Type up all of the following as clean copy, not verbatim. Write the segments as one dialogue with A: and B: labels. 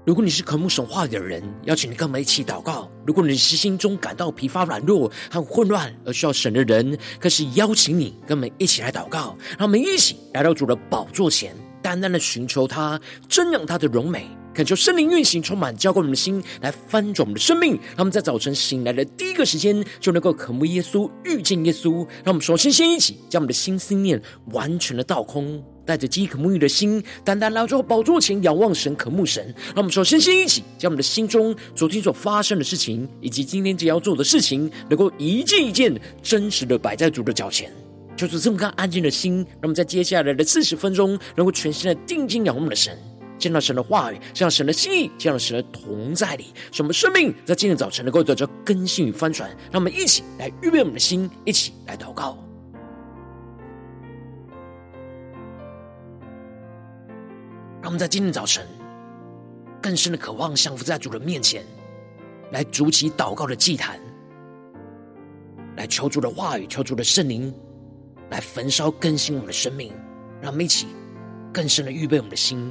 A: 如果你是渴慕神话语的人，邀请你跟我们一起祷告。如果你是心中感到疲乏软弱和混乱而需要神的人，更是邀请你跟我们一起来祷告。让我们一起来到主的宝座前，单单的寻求他，瞻仰他的荣美，恳求圣灵运行充满浇灌我们的心，来翻转我们的生命。让我们在早晨醒来的第一个时间就能够渴慕耶稣，遇见耶稣。让我们首先一起将我们的心思念完全的倒空，带着饥渴沐浴的心，单单来到宝座前仰望神，渴慕神。让我们首先一起将我们的心中昨天所发生的事情，以及今天将要做的事情，能够一件一件真实的摆在主的脚前。就是这么个安静的心，让我们在接下来的40分钟，能够全心的定睛仰望我们的神，见到神的话语，见到神的心意，见到神的同在里，使我们生命在今天早晨能够得到更新与翻转。让我们一起来预备我们的心，一起来祷告。让我们在今天早晨更深的渴望降服在主的面前，来筑起祷告的祭坛，来求主的话语，求主的圣灵来焚烧更新我们的生命。让我们一起更深的预备我们的心。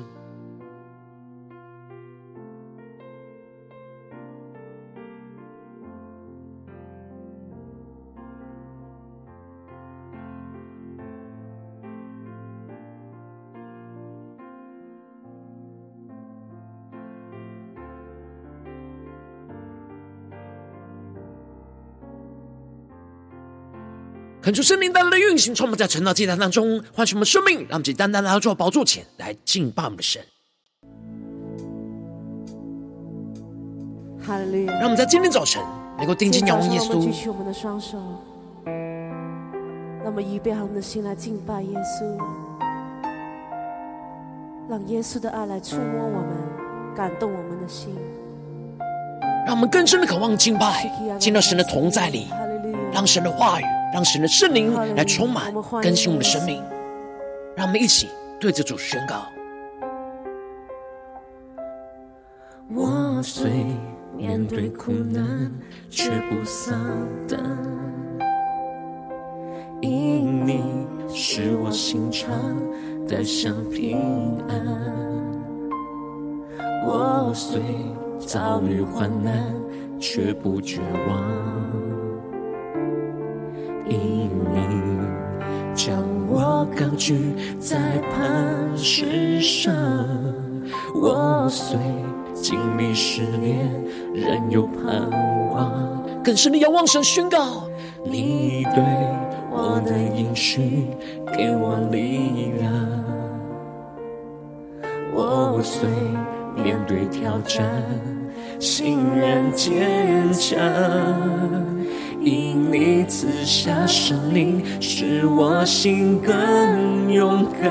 A: 恳求圣灵单单的运行，充满在晨祷祭坛当中，唤醒我们生命，让我们单单来到主宝座前来敬拜我们的神。
B: 哈利路亚！
A: 让我们在今天早晨能够定睛仰望耶稣。
B: 我们举起我们的双手，让我们预备好我们的心来敬拜耶稣，让耶稣的爱来触摸我们，感动我们的心。
A: 让我们更深的渴望敬拜，进到神的同在里，让神的话语，让神的圣灵来充满更新我们的生命。让我们一起对着主宣告：
C: 我虽面对苦难，却不丧胆，因你使我心肠得享平安。我虽遭遇患难，却不绝望，因你将我高举在磐石上。我虽经历试炼，仍有盼望。
A: 更深的仰望神，宣告
C: 你对我的应许给我力量。我虽面对挑战，心仍坚强，因你赐下生灵，使我心更勇敢。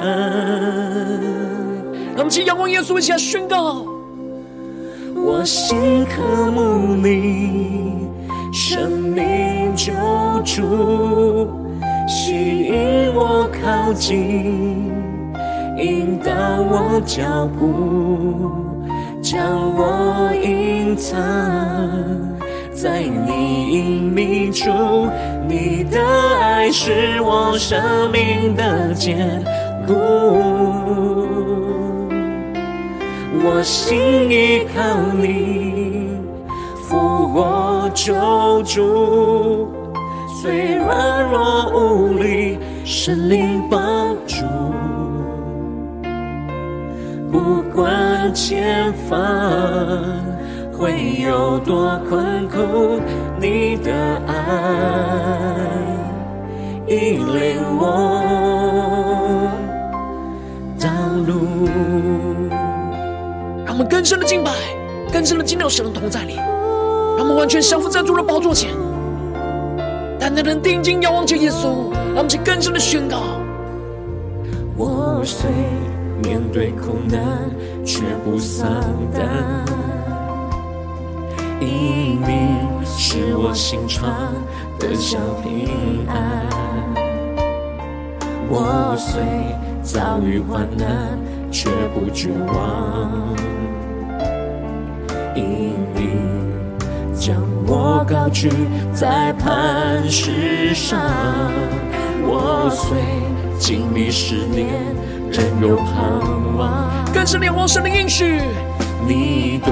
A: 让我们一起仰望耶稣，一起来宣告：
C: 我心渴慕你，生命救主，吸引我靠近，引导我脚步，将我隐藏在你隐秘处。你的爱是我生命的坚固，我心依靠你，复活救主，虽软弱无力，圣灵帮助。不管前方会有多困苦，你的爱引领我道路。
A: 让我们更深的敬拜，更深的进入神的同在里，让我们完全降服在主的宝座前，单单的定睛仰望着耶稣。让我们去更深的宣告：
C: 我虽面对苦难，却不丧胆，因你使我心肠得享平安。我虽遭遇患难，却不绝望，因你将我高举在磐石上。我虽经历试炼，仍有盼望。
A: 更是仰望神的应许，
C: 你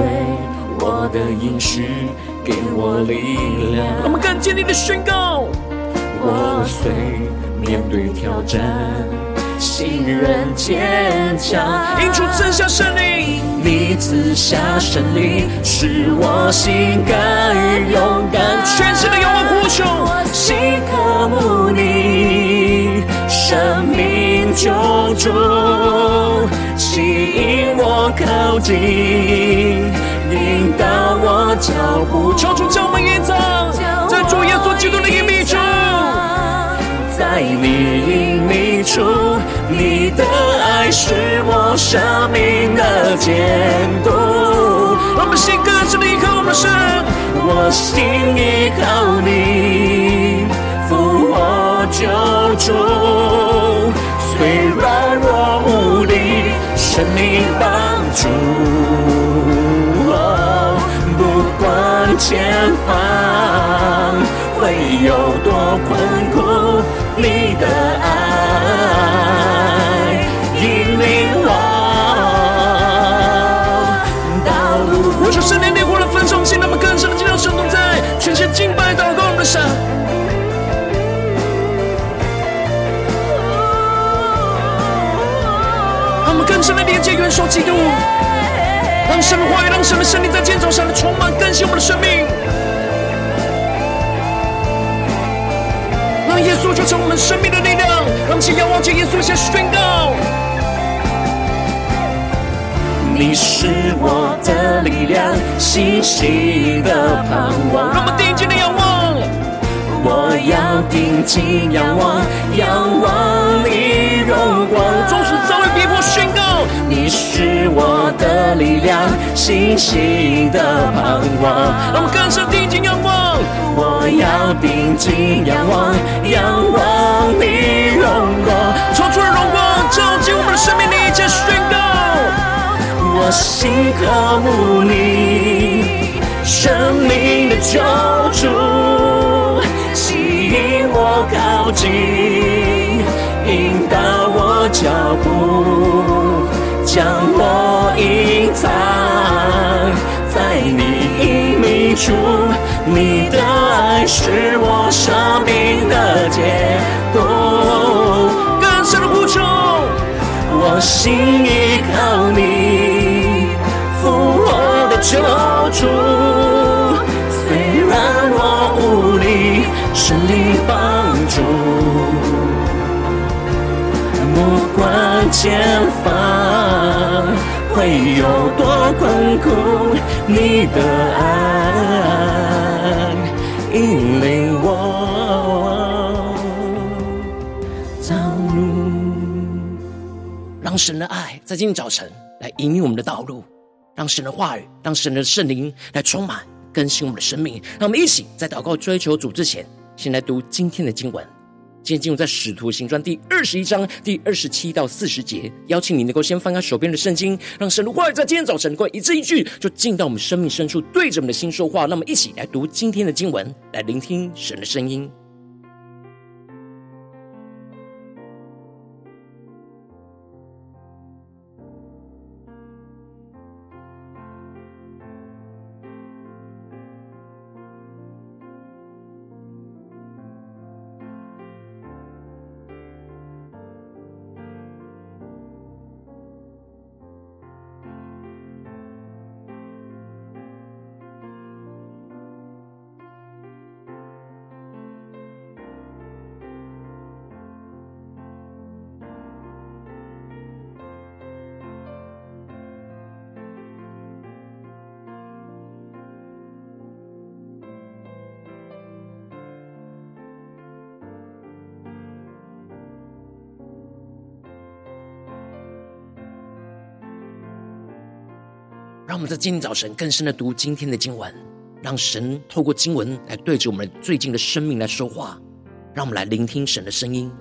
C: 的应许给我力量。
A: 让我们更坚定的宣告，
C: 我虽面对挑战，信任坚强。
A: 因主赐下圣灵，
C: 你赐下圣灵，使我心敢勇敢，
A: 全心的仰望呼求，
C: 心渴慕你，生命救主，吸引我靠近，引导我脚步。
A: 求主将我们隐藏在主耶稣基督的隐秘中，
C: 在你隐秘处，你的爱是我生命的坚固。
A: 让我们心更深的依靠我们的神，
C: 我心依靠你，复活救主。虽软弱无力，生命帮助。不管前方会有多困苦，你的爱引领我道路。
A: 我是圣灵烈火的焚烧心，让我们更深的进入神同在，全心敬拜祷告我们的神。让我们更深的连接元首基督，让神的话语，让神的圣灵在今天早上的充满更新我们的生命，让耶稣就成我们生命的力量。让我们请仰望着耶稣，先宣告：
C: 你是我的力量，信息的盼望。
A: 让我们定睛的仰望，
C: 我要定睛仰望，仰望你荣光。
A: 纵使遭遇逼迫，宣告
C: 你是我的力量，信息的盼望。
A: 让我们更深定睛仰望，
C: 我要定睛仰望，仰望你荣光。
A: 求主的荣光照进我们的生命里，加宣告。
C: 我心渴慕你，生命的救主，吸引我靠近，引导我脚步，将我隐藏在你隐秘处。你的爱是我生命的结果。
A: 更深的呼求，
C: 我心依靠你，复活的救主。虽然我无力，神灵帮助。不管前方会有多困苦，你的爱引领我道路。
A: 让神的爱在今天早晨来引领我们的道路，让神的话语，让神的圣灵来充满更新我们的生命。让我们一起在祷告追求主之前，先来读今天的经文。今天进入在使徒行传第21章第27到40节，邀请你能够先翻开手边的圣经，让神的话语在今天早晨能够一字一句就进到我们生命深处，对着我们的心说话。那么一起来读今天的经文，来聆听神的声音。让我们在今天早晨更深的读今天的经文，让神透过经文来对着我们最近的生命来说话，让我们来聆听神的声音。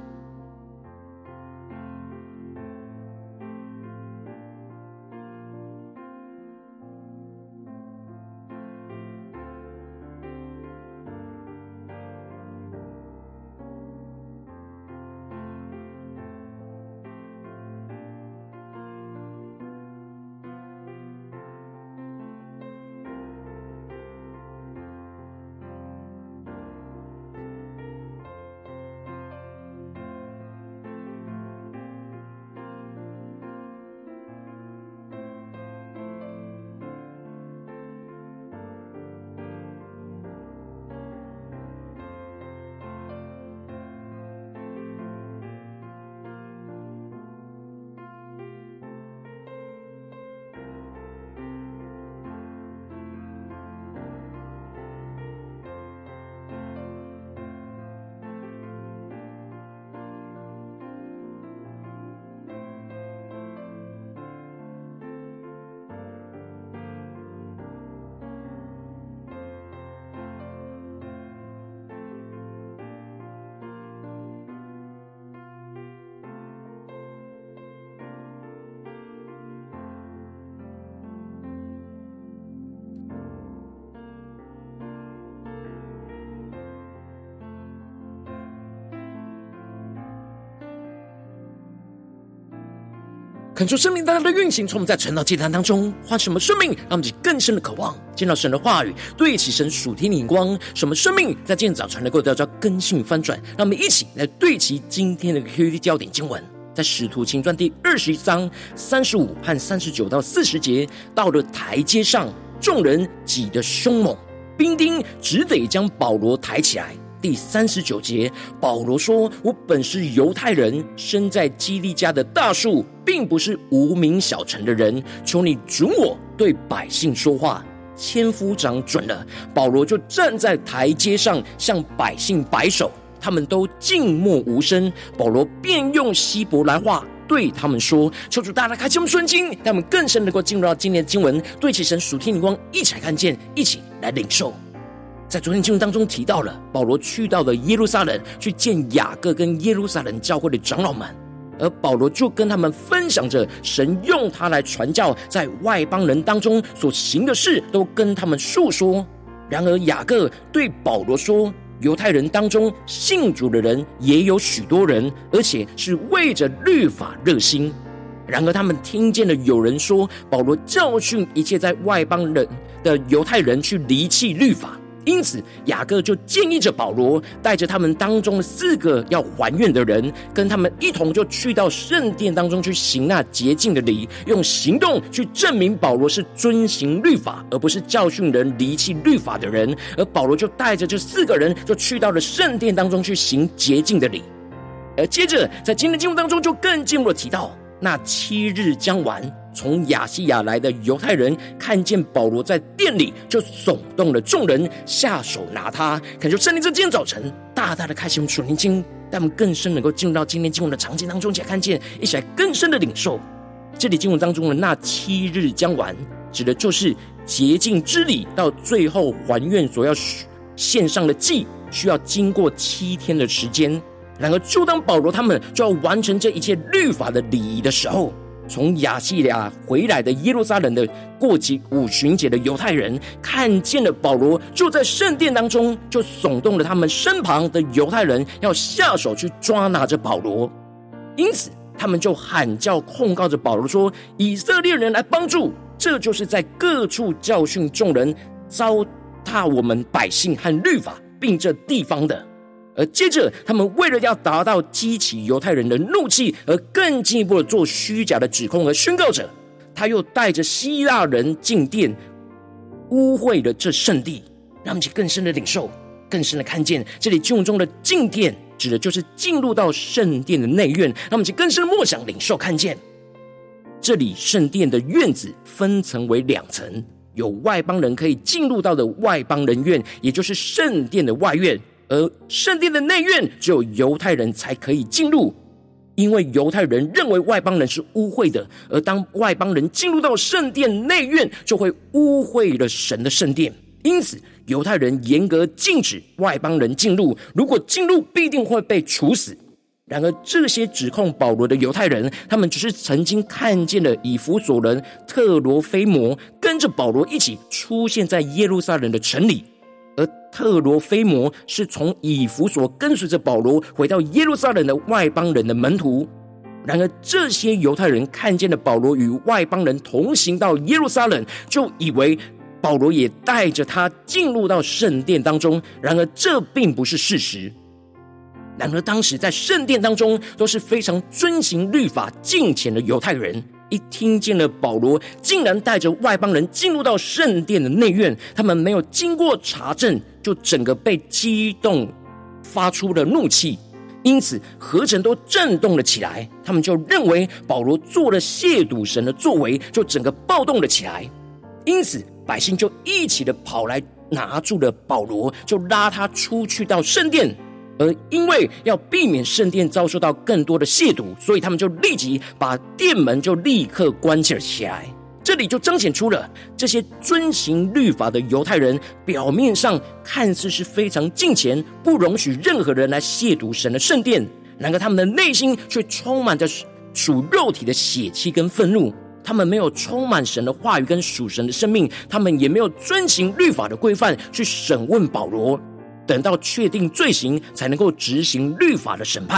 A: 恳求圣灵大大的运行，从我们在晨祷祭坛当中唤醒我们生命，让我们更深的渴望见到神的话语，对齐神属天的眼光，使我们生命在今天早晨能够得到更新翻转。让我们一起来对齐今天的 QD 焦点经文，在使徒行传第21章35和39到40节，到了台阶上，众人挤得凶猛，兵丁只得将保罗抬起来。第39节，保罗说：我本是犹太人，生在基利家的大树，并不是无名小城的人，求你准我对百姓说话。千夫长准了，保罗就站在台阶上向百姓摆手，他们都静默无声。保罗便用希伯来话对他们说：求主大大开启我们顺经，让我们更深能够进入到今天的经文，对齐神属天的光，一起来看见，一起来领受。在昨天经文当中提到了，保罗去到了耶路撒冷，去见雅各跟耶路撒冷教会的长老们，而保罗就跟他们分享着神用他来传教，在外邦人当中所行的事，都跟他们述说。然而雅各对保罗说，犹太人当中信主的人也有许多人，而且是为着律法热心。然而他们听见了有人说，保罗教训一切在外邦人的犹太人去离弃律法，因此雅各就建议着保罗带着他们当中的4个要还愿的人，跟他们一同就去到圣殿当中去行那洁净的礼，用行动去证明保罗是遵行律法，而不是教训人离弃律法的人。而保罗就带着这4个人就去到了圣殿当中去行洁净的礼。而接着在今天的经文当中就更进一步的提到，那7日将完，从亚细亚来的犹太人看见保罗在殿里，就耸动了众人，下手拿他。恳求圣灵在今天早晨大大的开启我们属灵经，让我们更深能够进入到今天经文的场景当中，一起来看见，一起来更深的领受。这里经文当中的那7日将完，指的就是洁净之礼到最后还愿所要献上的祭，需要经过7天的时间。然而就当保罗他们就要完成这一切律法的礼仪的时候，从亚细亚回来的耶路撒冷的过五旬节的犹太人看见了保罗，就在圣殿当中就耸动了他们身旁的犹太人，要下手去抓拿着保罗。因此他们就喊叫控告着保罗说，以色列人来帮助，这就是在各处教训众人，糟蹋我们百姓和律法并这地方的。而接着他们为了要达到激起犹太人的怒气，而更进一步的做虚假的指控，而宣告着他又带着希腊人进殿，污秽了这圣地。让我们更深的领受，更深的看见，这里经文中的进殿指的就是进入到圣殿的内院。让我们更深的默想领受看见，这里圣殿的院子分成为2层，有外邦人可以进入到的外邦人院，也就是圣殿的外院，而圣殿的内院只有犹太人才可以进入，因为犹太人认为外邦人是污秽的，而当外邦人进入到圣殿内院，就会污秽了神的圣殿。因此犹太人严格禁止外邦人进入，如果进入必定会被处死。然而这些指控保罗的犹太人，他们只是曾经看见了以弗所人特罗菲摩跟着保罗一起出现在耶路撒冷的城里，而特罗菲摩是从以弗所跟随着保罗回到耶路撒冷的外邦人的门徒。然而这些犹太人看见了保罗与外邦人同行到耶路撒冷，就以为保罗也带着他进入到圣殿当中。然而这并不是事实。然而当时在圣殿当中都是非常遵行律法敬虔的犹太人，一听见了保罗竟然带着外邦人进入到圣殿的内院，他们没有经过查证，就整个被激动，发出了怒气。因此合城都震动了起来，他们就认为保罗做了亵渎神的作为，就整个暴动了起来。因此百姓就一起的跑来拿住了保罗，就拉他出去到圣殿。而因为要避免圣殿遭受到更多的亵渎，所以他们就立即把殿门就立刻关起来。这里就彰显出了这些遵行律法的犹太人，表面上看似是非常敬虔，不容许任何人来亵渎神的圣殿，然而他们的内心却充满着属肉体的血气跟愤怒。他们没有充满神的话语跟属神的生命，他们也没有遵行律法的规范去审问保罗，等到确定罪行才能够执行律法的审判。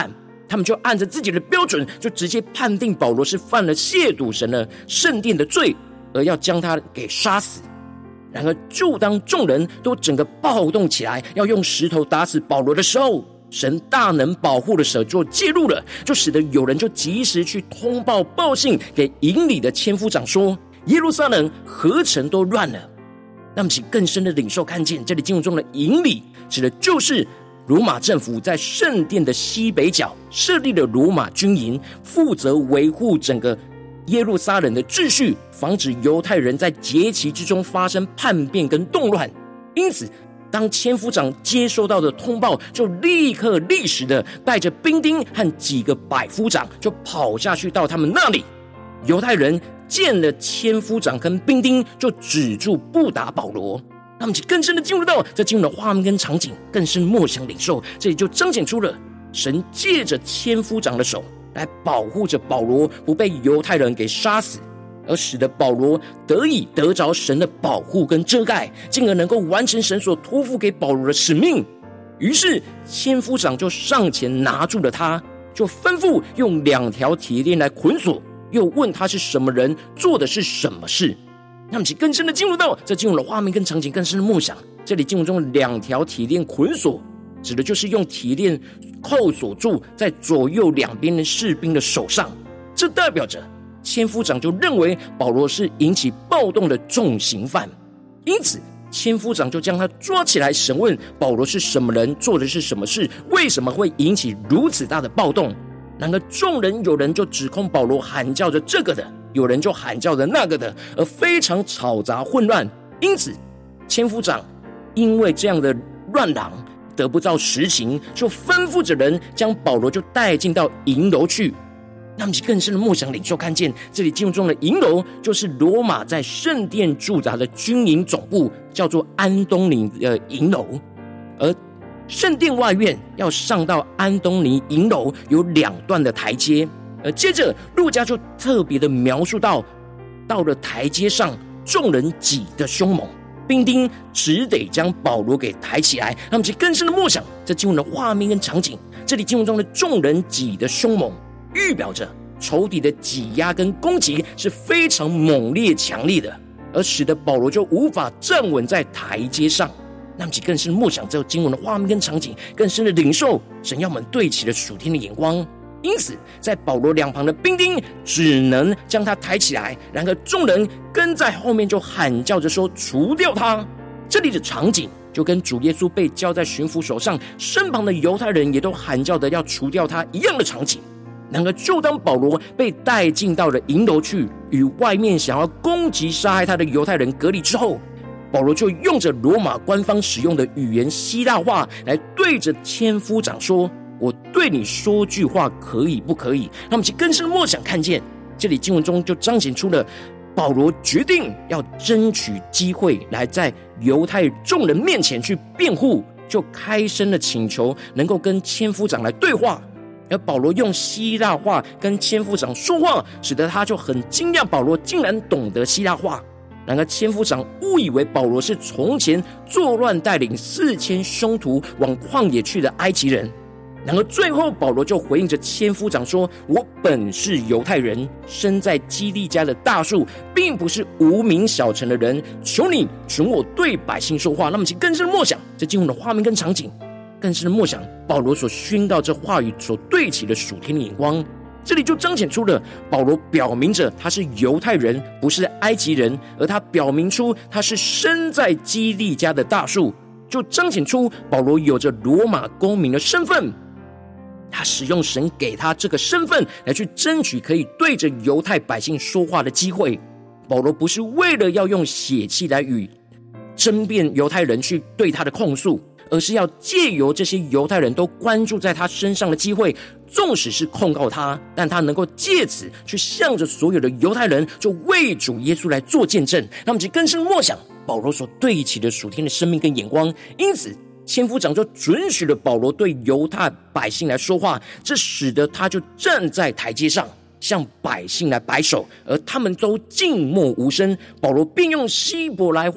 A: 他们就按着自己的标准，就直接判定保罗是犯了亵渎神的圣殿的罪，而要将他给杀死。然而就当众人都整个暴动起来，要用石头打死保罗的时候，神大能保护的手就介入了，就使得有人就及时去通报报信给营里的千夫长说，耶路撒冷何城都乱了。那么请更深的领受看见，这里经文中的营里指的就是罗马政府在圣殿的西北角设立了罗马军营，负责维护整个耶路撒冷的秩序，防止犹太人在节期之中发生叛变跟动乱。因此当千夫长接收到的通报，就立时的带着兵丁和几个百夫长就跑下去到他们那里。犹太人见了千夫长跟兵丁，就止住不打保罗。他们更深的进入到这进入的画面跟场景，更深默想领受，这里就彰显出了神借着千夫长的手来保护着保罗不被犹太人给杀死，而使得保罗得以得着神的保护跟遮盖，进而能够完成神所托付给保罗的使命。于是千夫长就上前拿住了他，就吩咐用2条铁链来捆锁，又问他是什么人，做的是什么事。那么更深的进入到这进入的画面跟场景，更深的默想，这里经文中2条铁链捆锁，指的就是用铁链扣锁住在左右两边的士兵的手上。这代表着千夫长就认为保罗是引起暴动的重刑犯，因此千夫长就将他抓起来审问保罗是什么人，做的是什么事，为什么会引起如此大的暴动。然而众人有人就指控保罗喊叫着这个的，有人就喊叫着那个的，而非常吵杂混乱。因此千夫长因为这样的乱嚷得不到实情，就吩咐着人将保罗就带进到营楼去。那么更深的默想领袖看见，这里经文中的营楼就是罗马在圣殿驻扎的军营总部，叫做安东尼的营楼。而圣殿外院要上到安东尼营楼有2段的台阶，而接着路加就特别的描述到了台阶上众人挤得凶猛，兵丁只得将保罗给抬起来。他们更深的默想这经文的画面跟场景，这里经文中的众人挤得凶猛，预表着仇敌的挤压跟攻击是非常猛烈强烈的，而使得保罗就无法站稳在台阶上。那么更深的默想这经文的画面跟场景，更深的领受神要我们对齐了属天的眼光。因此在保罗2旁的兵丁只能将他抬起来，然而众人跟在后面就喊叫着说除掉他。这里的场景就跟主耶稣被交在巡抚手上，身旁的犹太人也都喊叫的要除掉他一样的场景。然而就当保罗被带进到了营楼去，与外面想要攻击杀害他的犹太人隔离之后，保罗就用着罗马官方使用的语言希腊话来对着千夫长说，我对你说句话可以不可以。那么更深默想看见，这里经文中就彰显出了保罗决定要争取机会来在犹太众人面前去辩护，就开声的请求能够跟千夫长来对话。而保罗用希腊话跟千夫长说话，使得他就很惊讶保罗竟然懂得希腊话。然而千夫长误以为保罗是从前作乱带领4000凶徒往旷野去的埃及人。然而最后保罗就回应着千夫长说，我本是犹太人，生在基利家的大树，并不是无名小城的人，求你准我对百姓说话。那么请更深默想这经文的画面跟场景，更深的默想保罗所宣告这话语所对齐的属天的眼光。这里就彰显出了保罗表明着他是犹太人，不是埃及人，而他表明出他是生在基利家的大树，就彰显出保罗有着罗马公民的身份。他使用神给他这个身份来去争取可以对着犹太百姓说话的机会。保罗不是为了要用血气来与争辩犹太人去对他的控诉，而是要借由这些犹太人都关注在他身上的机会，纵使是控告他，但他能够借此去向着所有的犹太人就为主耶稣来做见证。那么就更深默想保罗所对齐的属天的生命跟眼光。因此千夫长就准许了保罗对犹太百姓来说话，这使得他就站在台阶上向百姓来摆手，而他们都静默无声。保罗便用希伯来话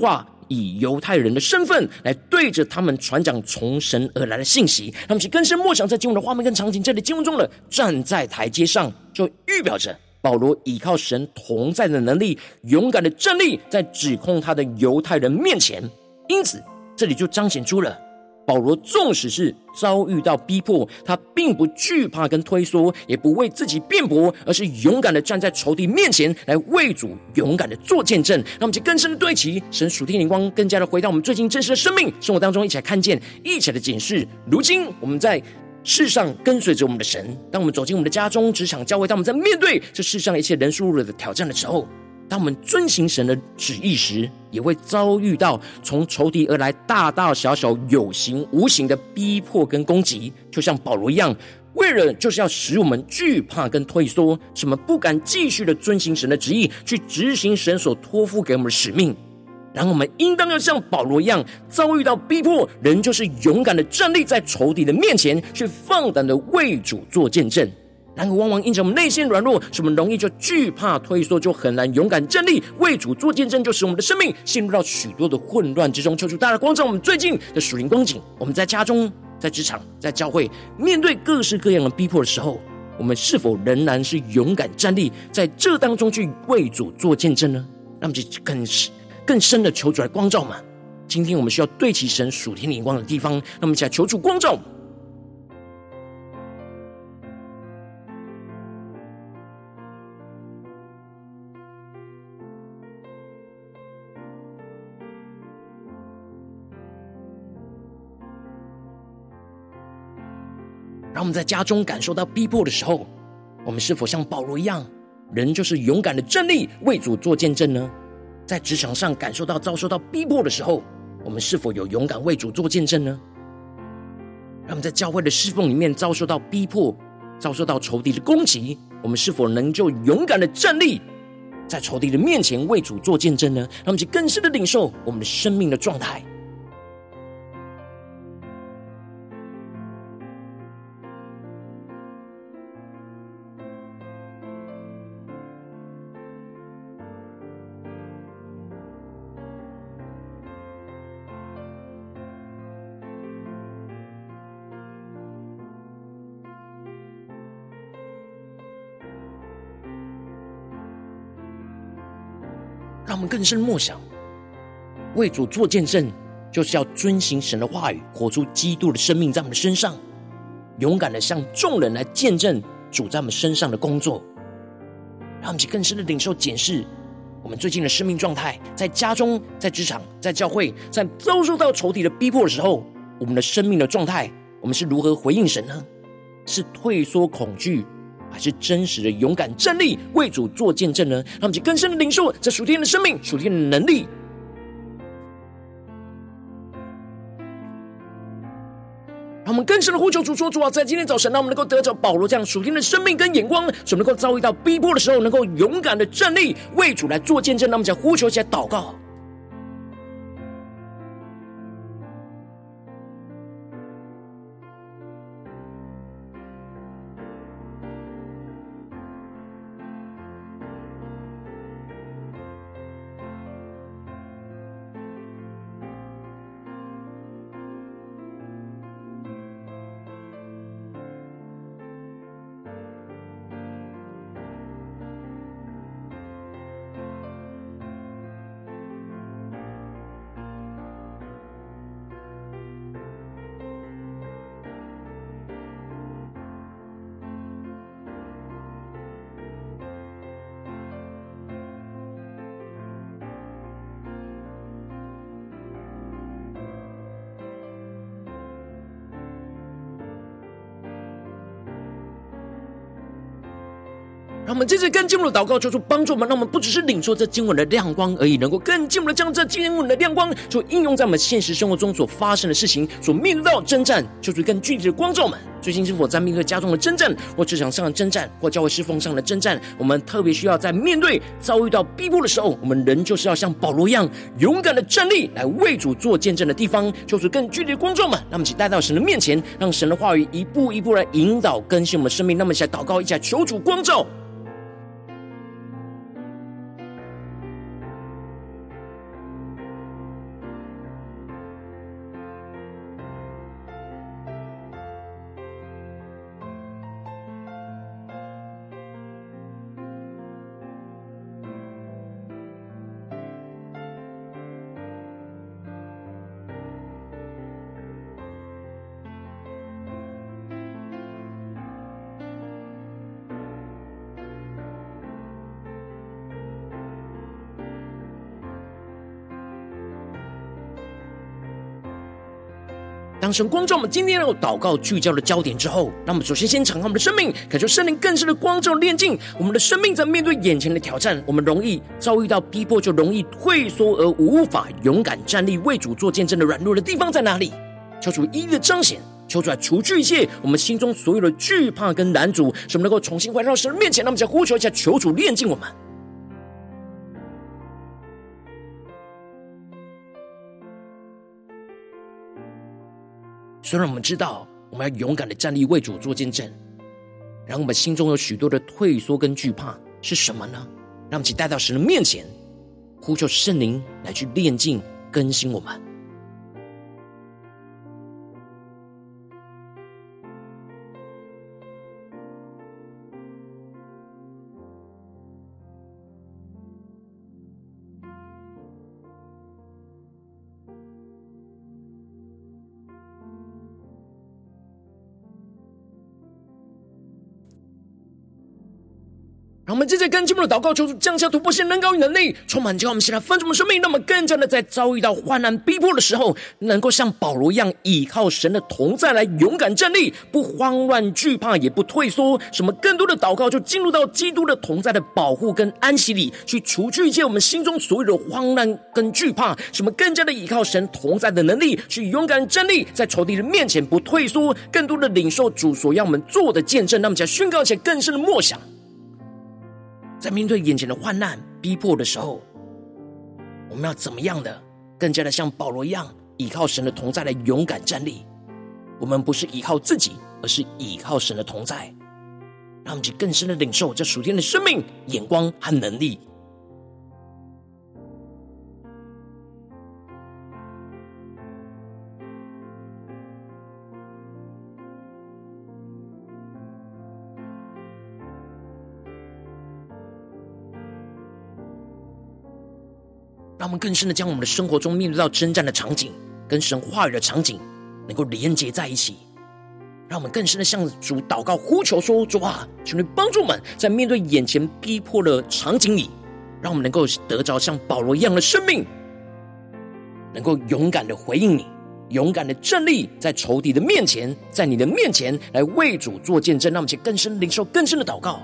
A: 以犹太人的身份来对着他们传讲从神而来的信息。他们去更深默想在经文的画面跟场景，这里经文中的站在台阶上，就预表着保罗依靠神同在的能力，勇敢的站立在指控他的犹太人面前。因此这里就彰显出了保罗纵使是遭遇到逼迫，他并不惧怕跟退缩，也不为自己辩驳，而是勇敢的站在仇敌面前来为主勇敢的做见证。让我们去更深的对齐神属天灵光，更加的回到我们最近真实的生命生活当中，一起来看见，一起来检视。如今我们在世上跟随着我们的神，当我们走进我们的家中、职场、教会，当我们在面对这世上一切人数的挑战的时候，当我们遵行神的旨意时，也会遭遇到从仇敌而来大大小小有形无形的逼迫跟攻击。就像保罗一样，为了就是要使我们惧怕跟退缩，使我们不敢继续的遵行神的旨意，去执行神所托付给我们的使命。然后我们应当要像保罗一样，遭遇到逼迫，人就是勇敢的站立在仇敌的面前，去放胆的为主做见证。然而往往因着我们内心软弱，使我们容易就惧怕退缩，就很难勇敢站立为主做见证，就使我们的生命陷入到许多的混乱之中。求主大家光照我们最近的属灵光景，我们在家中、在职场、在教会，面对各式各样的逼迫的时候，我们是否仍然是勇敢站立在这当中去为主做见证呢？让我们就更深的求主来光照嘛。今天我们需要对齐神属天灵光的地方，让我们一起来求主光照。让我们在家中感受到逼迫的时候，我们是否像保罗一样，人就是勇敢的站立为主做见证呢？在职场上感受到遭受到逼迫的时候，我们是否有勇敢为主做见证呢？让我们在教会的侍奉里面遭受到逼迫，遭受到仇敌的攻击，我们是否能就勇敢的站立在仇敌的面前为主做见证呢？让我们去更深的领受我们的生命的状态。让我们更深默想，为主做见证，就是要遵行神的话语，活出基督的生命在我们的身上，勇敢的向众人来见证主在我们身上的工作。让我们去更深的领受检视我们最近的生命状态，在家中、在职场、在教会，在遭受到仇敌的逼迫的时候，我们的生命的状态，我们是如何回应神呢？是退缩恐惧，还是真实的勇敢站立为主做见证呢？让我们去更深的领受这属天的生命、属天的能力。让我们更深的呼求主说：主啊，在今天早晨，让我们能够得着保罗这样属天的生命跟眼光，使我们能够遭遇到逼迫的时候，能够勇敢的站立为主来做见证。让我们再呼求起来祷告。让我们接着更进一步的祷告，求主帮助我们，让我们不只是领受这经文的亮光而已，能够更进一步的将这经文的亮光就应用在我们现实生活中所发生的事情，所面对到的征战。求主更具体的光照我们，最近是否在面对家中的征战，或职场上的征战，或教会侍奉上的征战？我们特别需要在面对遭遇到逼迫的时候，我们人就是要像保罗一样勇敢的站立来为主做见证的地方。求主更具体的光照我们，让我们一起带到神的面前，让神的话语一步一步来引导更新我们的生命。那么一起来祷告，一起来求主光照。 当神光照我们今天要祷告聚焦的焦点之后，让我们首先敞开我们的生命，恳求圣灵更深的光照炼净我们的生命。在面对眼前的挑战，我们容易遭遇到逼迫，就容易退缩而无法勇敢站立为主做见证的软弱的地方在哪里？求主一一的彰显，求主来除去一切我们心中所有的惧怕跟拦阻，使我们能够重新回到神的面前。让我们再呼求一下，求主炼净我们。虽然我们知道我们要勇敢的站立为主做见证，然后我们心中有许多的退缩跟惧怕是什么呢？让我们一起带到神的面前，呼求圣灵来去炼净更新我们。让我们接着跟进我们的祷告，求主降下突破性能高与能力，充满教我们现在分盛我们生命，让我们更加的在遭遇到患难逼迫的时候，能够像保罗一样依靠神的同在来勇敢站立，不慌乱惧怕，也不退缩。什么更多的祷告就进入到基督的同在的保护跟安息里，去除去一切我们心中所有的慌乱跟惧怕。什么更加的依靠神同在的能力，去勇敢站立在仇敌的面前不退缩，更多的领受主所要我们做的见证。让我们再宣告一些更深的默想，在面对眼前的患难逼迫的时候，我们要怎么样的更加的像保罗一样依靠神的同在来勇敢站立。我们不是依靠自己，而是依靠神的同在，让我们去更深的领受这属天的生命眼光和能力。让我们更深的将我们的生活中面对到征战的场景跟神话语的场景能够连结在一起，让我们更深的向主祷告呼求说，主啊，求你帮助我们在面对眼前逼迫的场景里，让我们能够得着像保罗一样的生命，能够勇敢的回应你，勇敢的站立在仇敌的面前，在你的面前来为主做见证。让我们去更深领受更深的祷告。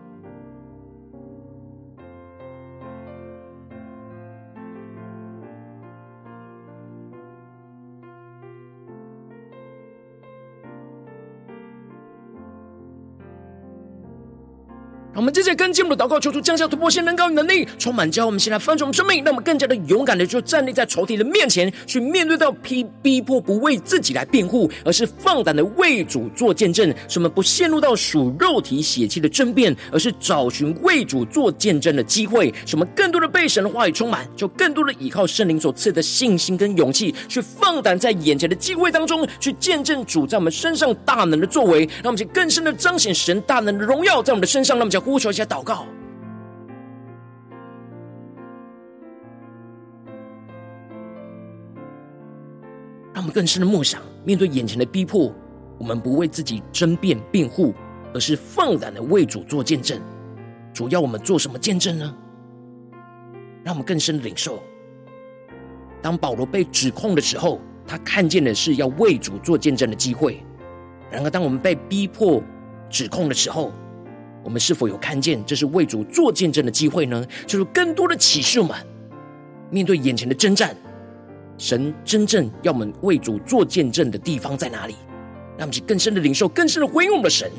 A: 让我们接着跟进我们的祷告，求主降下突破性能高与能力，充满教我们现在翻转我们生命，让我们更加的勇敢的就站立在仇敌的面前，去面对到逼迫，不为自己来辩护，而是放胆的为主做见证。使我们不陷入到属肉体血气的争辩，而是找寻为主做见证的机会。使我们更多的被神的话语充满，就更多的依靠圣灵所赐的信心跟勇气，去放胆在眼前的机会当中去见证主在我们身上大能的作为，让我们去更深的彰显神大能的荣耀在我们的身上。让我们就呼求一下祷告。让我们更深的默想，面对眼前的逼迫，我们不为自己争辩辩护，而是放胆的为主做见证。主要我们做什么见证呢？让我们更深的领受，当保罗被指控的时候，他看见的是要为主做见证的机会。然而当我们被逼迫指控的时候，我们是否有看见这是为主做见证的机会呢？就是更多的启示我们，面对眼前的征战，神真正要我们为主做见证的地方在哪里？让我们去更深的领受，更深的回应我们的神。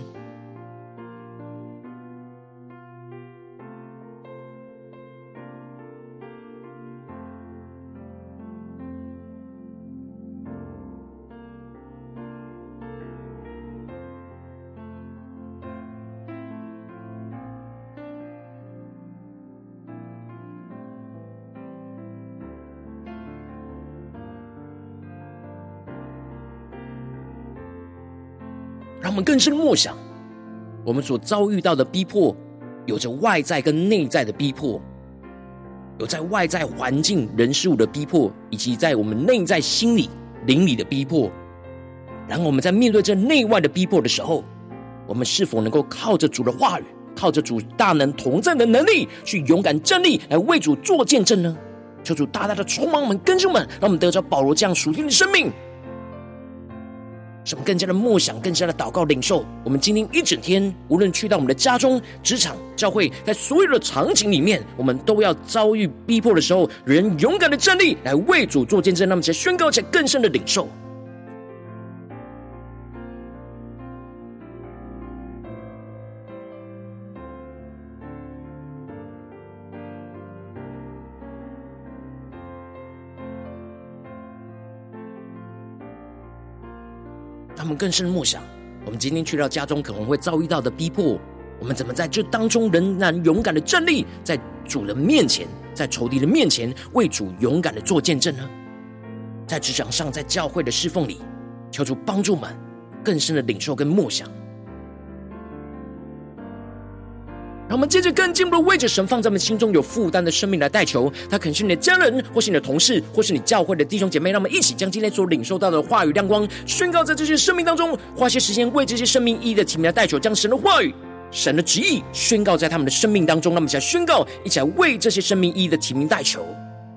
A: 让我们更深默想，我们所遭遇到的逼迫，有着外在跟内在的逼迫，有在外在环境人事物的逼迫，以及在我们内在心理灵里的逼迫。然后我们在面对这内外的逼迫的时候，我们是否能够靠着主的话语，靠着主大能同在的能力，去勇敢站立来为主做见证呢？求主大大的充满我们，更新我们，让我们得着保罗这样属天的生命， 使我们更加的默想，更加的祷告领受。我们今天一整天，无论去到我们的家中、职场、教会，在所有的场景里面，我们都要遭遇逼迫的时候，人勇敢的站立来为主做见证，那么才宣告起来更深的领受。他们更深默想，我们今天去到家中可能会遭遇到的逼迫，我们怎么在这当中仍然勇敢的站立，在主的面前，在仇敌的面前，为主勇敢的做见证呢？在职场上，在教会的侍奉里，求主帮助我们更深的领受跟默想。让我们接着更进一步的为着神放在我们心中有负担的生命来代求，他可能是你的家人，或是你的同事，或是你教会的弟兄姐妹。让我们一起将今天所领受到的话语亮光宣告在这些生命当中，花些时间为这些生命意义的提名来代求，将神的话语、神的旨意宣告在他们的生命当中。让我们一起来宣告，一起来为这些生命意义的提名代求。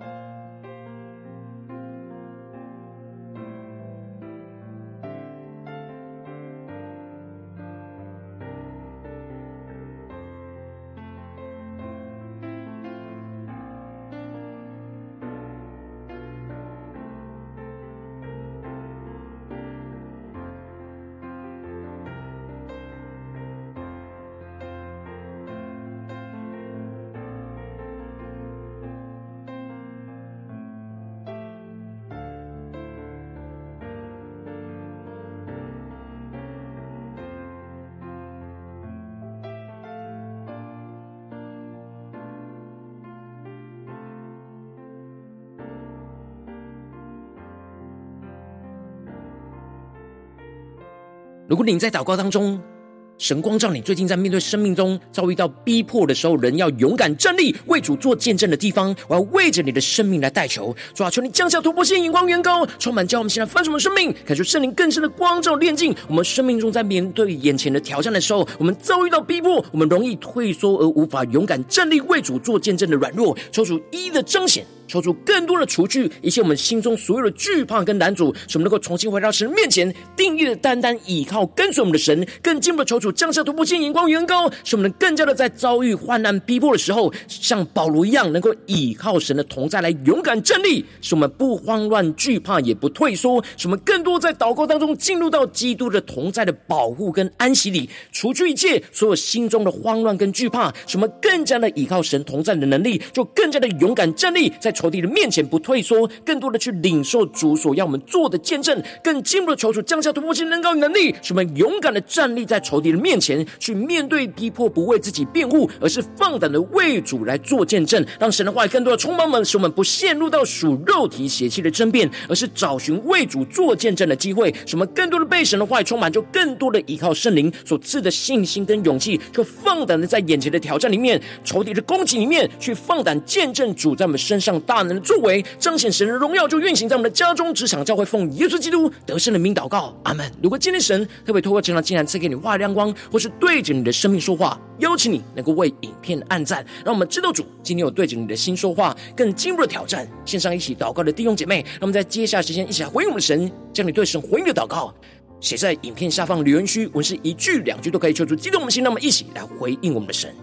A: 如果你在祷告当中，神光照你最近在面对生命中遭遇到逼迫的时候，人要勇敢站立为主做见证的地方，我要为着你的生命来代求。主啊，求你降下突破性眼光远高，充满叫我们现在翻什么生命，感受圣灵更深的光照炼净我们生命中。在面对眼前的挑战的时候，我们遭遇到逼迫，我们容易退缩而无法勇敢站立为主做见证的软弱，求主一一的彰显，求主更多的除去一切我们心中所有的惧怕跟拦阻，使我们能够重新回到神面前，定义的单单倚靠跟随我们的神。更进一步的求主降下突破性眼光远高，使我们更加的在遭遇患难逼迫的时候，像保罗一样，能够倚靠神的同在来勇敢站立，使我们不慌乱惧怕，也不退缩，使我们更多在祷告当中进入到基督的同在的保护跟安息里，除去一切所有心中的慌乱跟惧怕，使我们更加的倚靠神同在的能力，就更加的勇敢站立，在仇敌的面前不退缩，更多的去领受主所要我们做的见证。更进一步的求主降下突破性能高能力，使我们勇敢的站立在仇敌的面前，去面对逼迫，不为自己辩护，而是放胆的为主来做见证。让神的话语更多的充满我们，使我们不陷入到属肉体血气的争辩，而是找寻为主做见证的机会。使我们更多的被神的话语充满，就更多的依靠圣灵所赐的信心跟勇气，就放胆的在眼前的挑战里面、仇敌的攻击里面，去放胆见证主在我们身上大能的作为，彰显神的荣耀，就运行在我们的家中、职场、教会，奉耶稣基督得胜的名祷告，阿们。如果今天神特别透过这场竟然赐给你话语亮光，或是对着你的生命说话，邀请你能够为影片按赞，让我们知道主今天有对着你的心说话，更进一步的挑战。线上一起祷告的弟兄姐妹，让我们在接下来时间一起来回应我们的神，将你对神回应的祷告写在影片下方留言区，文是一句两句都可以，求主激动我们的心，让我们一起来回应我们的神。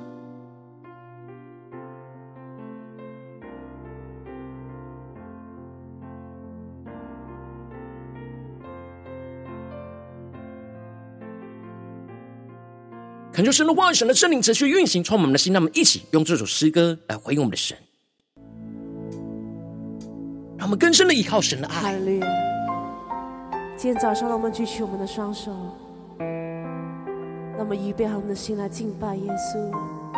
A: 恳求神的话语、神的圣灵持续运行充满我们的心，让我们一起用这首诗歌来回应我们的神，让我们更深的依靠神的爱。
B: 哈利路亚！今天早上让我们举起我们的双手，让我们预备好我们的心来敬拜耶稣，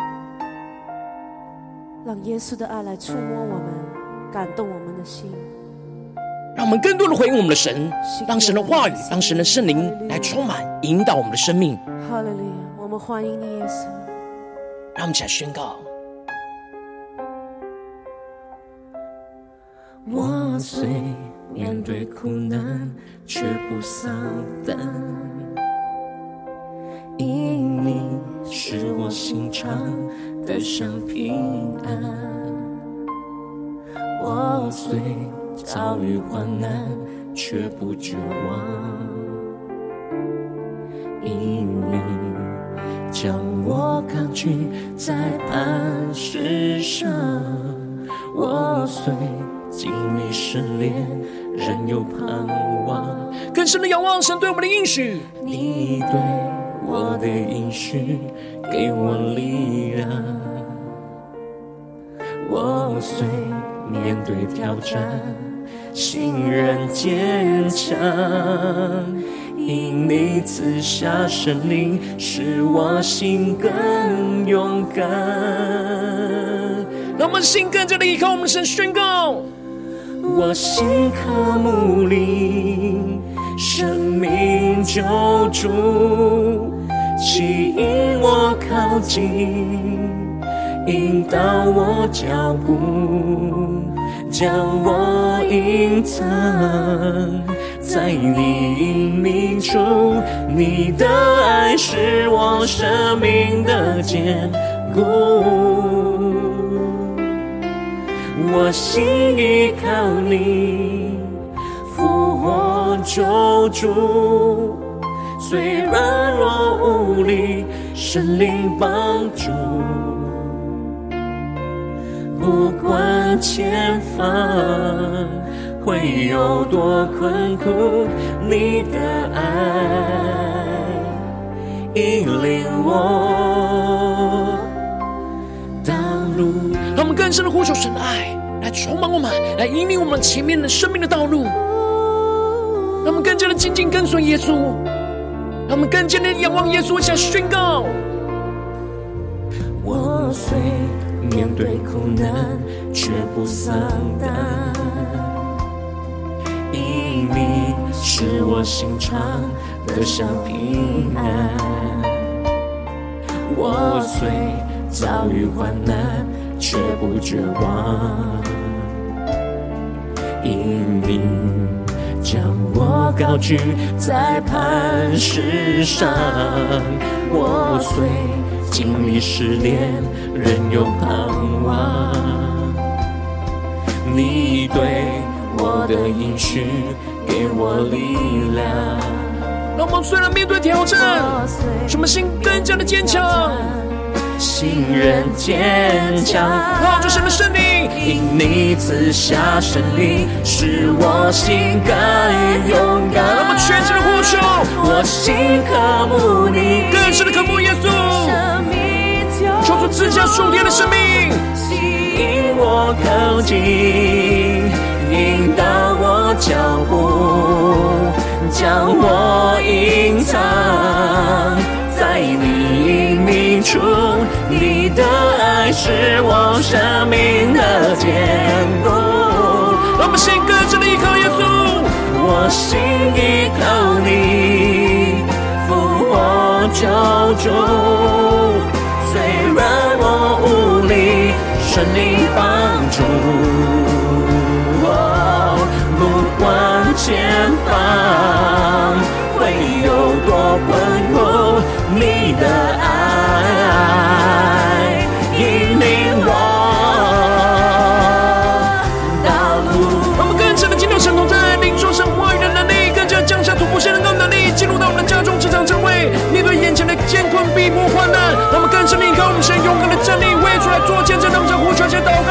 B: 让耶稣的爱来触摸我们，感动我们的心。
A: 让我们更多的回应我们的神，让神的话语、让神的圣灵来充满引导我们的生命。
B: 哈利路亚！我们欢迎你耶稣，
A: 让我们一起来宣告。
C: 我虽面对苦难，却不丧胆，因你是我心肠的上平安。我虽遭遇患难，却不绝望， 因你将我高举在磐石上，我虽经历试炼，仍有盼望。
A: 更深的仰望神对我们的应许，
C: 你对我的应许给我力量，我虽面对挑战，心仍坚强，因你赐下神灵，使我心更勇敢。
A: 让我们心更加的依靠我们的神，宣告
C: 我心渴慕你，生命救主，吸引我靠近，引导我脚步，将我隐藏在你隐秘处。你的爱是我生命的坚固，我心依靠你，复活救主，虽软弱无力，神灵帮助。不管前方会有多困苦，你的爱引领我道路。
A: 让我们更深的呼求神的爱来充满我们，来引领我们前面的生命的道路。让我们更加的紧紧跟随耶稣，让我们更加的仰望耶稣，一起来宣告：
C: 我虽面对苦难，却不丧胆，因你使我心肠得享平安。我虽遭遇患难，却不绝望，因你将我高举在磐石上。我虽经历试炼，仍有盼望。你对我的应许给我力量。
A: 让我们虽然面对挑战，什么心更加的坚强，
C: 心仍坚强，
A: 靠着神的圣灵，
C: 因你赐下神灵，使我心更勇敢。
A: 让我们全心的呼求，
C: 我心渴慕你，
A: 更深的渴慕耶稣，求主赐下属天的生命，
C: 吸引我靠近，引导我脚步，将我隐藏在你隐秘处。你的爱是我生命的坚固。
A: 让我们心更深的依靠耶稣，
C: 我心依靠你，复活救主，虽然我无力，神灵帮助。不管前方会有多困苦，你的爱引领我道路。
A: 让我们更深的进入神同在，领受神话语的能力，更加降下突破性的能力，进入到我们的家中、职场、教会，面对眼前的艰困、逼迫、患难，让我们更深的依靠我们神勇敢的站立，为出来做见证，让我们在呼求前祷告。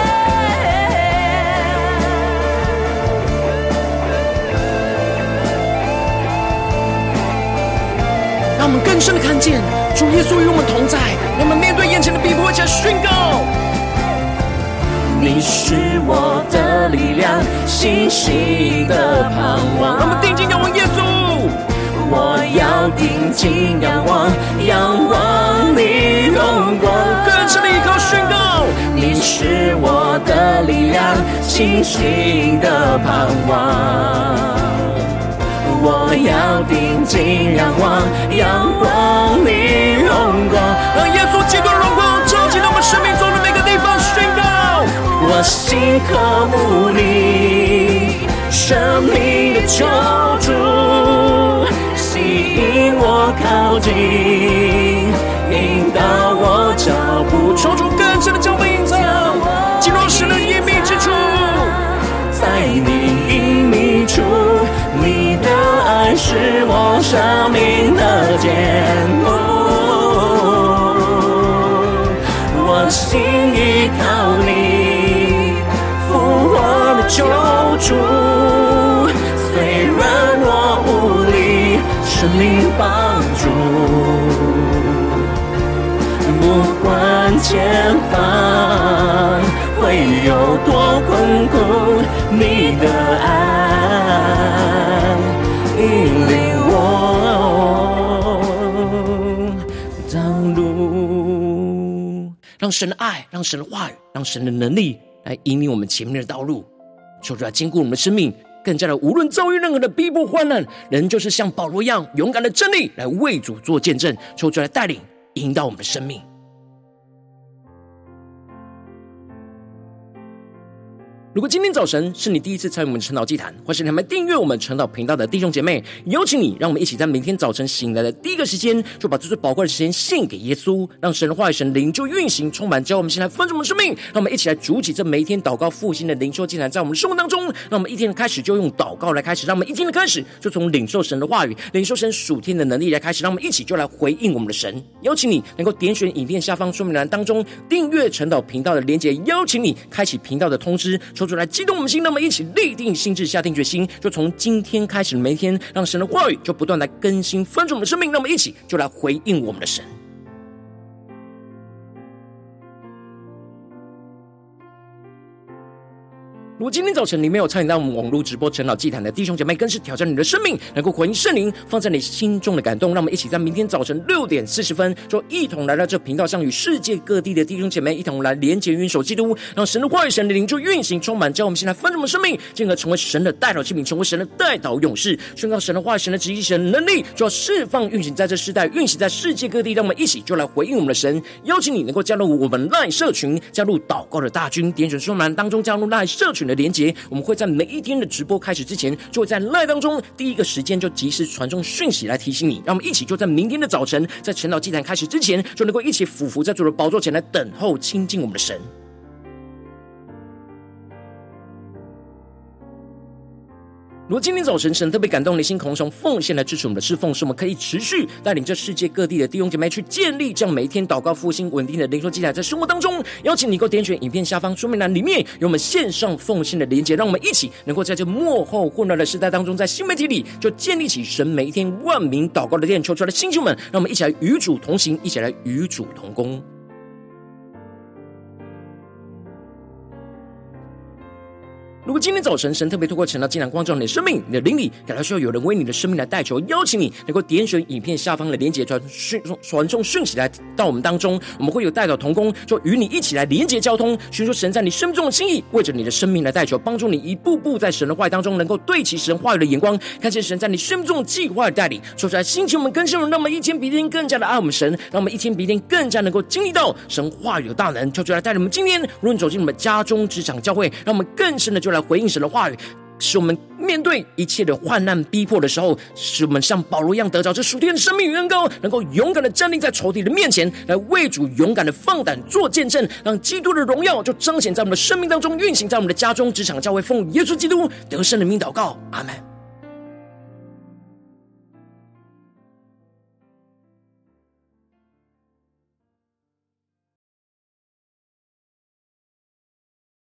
A: 让我们更深的看见主耶稣与我们同在，让我们面对眼前的逼迫，一起来宣告：
C: 你是我的力量，信心的盼望。
A: 让我们定睛仰望耶稣，
C: 我要定睛仰望，仰望你荣光。
A: 更深的依靠宣告：
C: 你是我的力量，信心的盼望。我要定睛仰望，仰望你荣光。
A: 让耶稣基督的荣光照进到我们生命中的每个地方，宣告：
C: 我心渴慕你，生命的救主，吸引我靠近，引导我脚步。
A: 求主更深的将我们隐藏，进入神的隐秘之处，
C: 在你隐秘处，你的爱是我生命的坚前方会有多困苦，你的爱引领我道路。
A: 让神的爱，让神的话语，让神的能力来引领我们前面的道路，求主来坚固我们的生命，更加的无论遭遇任何的逼迫患难，人就是像保罗一样勇敢的站立来为主做见证，求主来带领引导我们的生命。如果今天早晨是你第一次参与我们晨祷祭坛，或是你还没订阅我们晨祷频道的弟兄姐妹，邀请你，让我们一起在明天早晨醒来的第一个时间，就把最宝贵的时间献给耶稣，让神的话语、神的灵就运行充满，教我们先来分盛我们的生命。让我们一起来筑起这每一天祷告复兴的灵修祭坛，在我们的生活当中，让我们一天的开始就用祷告来开始，让我们一天的开始就从领受神的话语、领受神属天的能力来开始，让我们一起就来回应我们的神。邀请你能够点选影片下方说明栏当中订阅晨祷频道的连结，邀请你开启频道的通知，求主来激动我们心，让我们一起立定心志，下定决心，就从今天开始的每一天，让神的话语就不断来更新分盛我们的生命，让我们一起就来回应我们的神。如果今天早晨你没有参与到我们网络直播晨祷祭坛的弟兄姐妹，更是挑战你的生命，能够回应圣灵放在你心中的感动。让我们一起在明天早晨6点40分，就一同来到这频道上，与世界各地的弟兄姐妹一同来连结元首基督，让神的话语、神的灵就运行充满，叫我们现在分盛我们生命，进而成为神的代祷器皿，成为神的代祷勇士，宣告神的话语、神的旨意、神的能力，就要释放运行在这世代，运行在世界各地。让我们一起就来回应我们的神。邀请你能够加入我们 LINE 社群，加入祷告的大军，点选说明栏当中加入 LINE 社群的连结，我们会在每一天的直播开始之前，就会在 LINE 当中第一个时间就及时传送讯息来提醒你。让我们一起就在明天的早晨，在晨祷祭坛开始之前，就能够一起俯伏在主的宝座前来等候亲近我们的神。如果今天早晨神特别感动你的心，从奉献来支持我们的侍奉，使我们可以持续带领这世界各地的弟兄姐妹去建立这样每一天祷告复兴稳定的灵修祭坛，在生活当中。邀请你能够点选影片下方说明栏里面有我们线上奉献的连结，让我们一起能够在这末后混乱的时代当中，在新媒体里就建立起神每一天万名祷告的殿，求出来的弟兄们，让我们一起来与主同行，一起来与主同工。如果今天早晨神特别透过晨祷祭坛光照你的生命，你的灵里感到需要有人为你的生命来代求，邀请你能够点选影片下方的连结，传送讯息来到我们当中，我们会有代祷同工，就与你一起来连结交通，寻求神在你生命中的心意，为着你的生命来代求，帮助你一步步在神的话语当中能够对齐神话语的眼光，看见神在你生命中的计划的带领。说出来兴起我们更新我们，让我们一天比一天更加的爱我们神，让我们一天比一天更加能够经历到神话语的大能。求主来带领我们今天无论走进我们家中职场教会，让我们更深的就来回应神的话语，使我们面对一切的患难逼迫的时候，使我们像保罗一样得着这属天的生命与恩膏，能够勇敢的站立在仇敌的面前，来为主勇敢的放胆做见证，让基督的荣耀就彰显在我们的生命当中，运行在我们的家中职场教会，奉耶稣基督得胜的名祷告，阿们。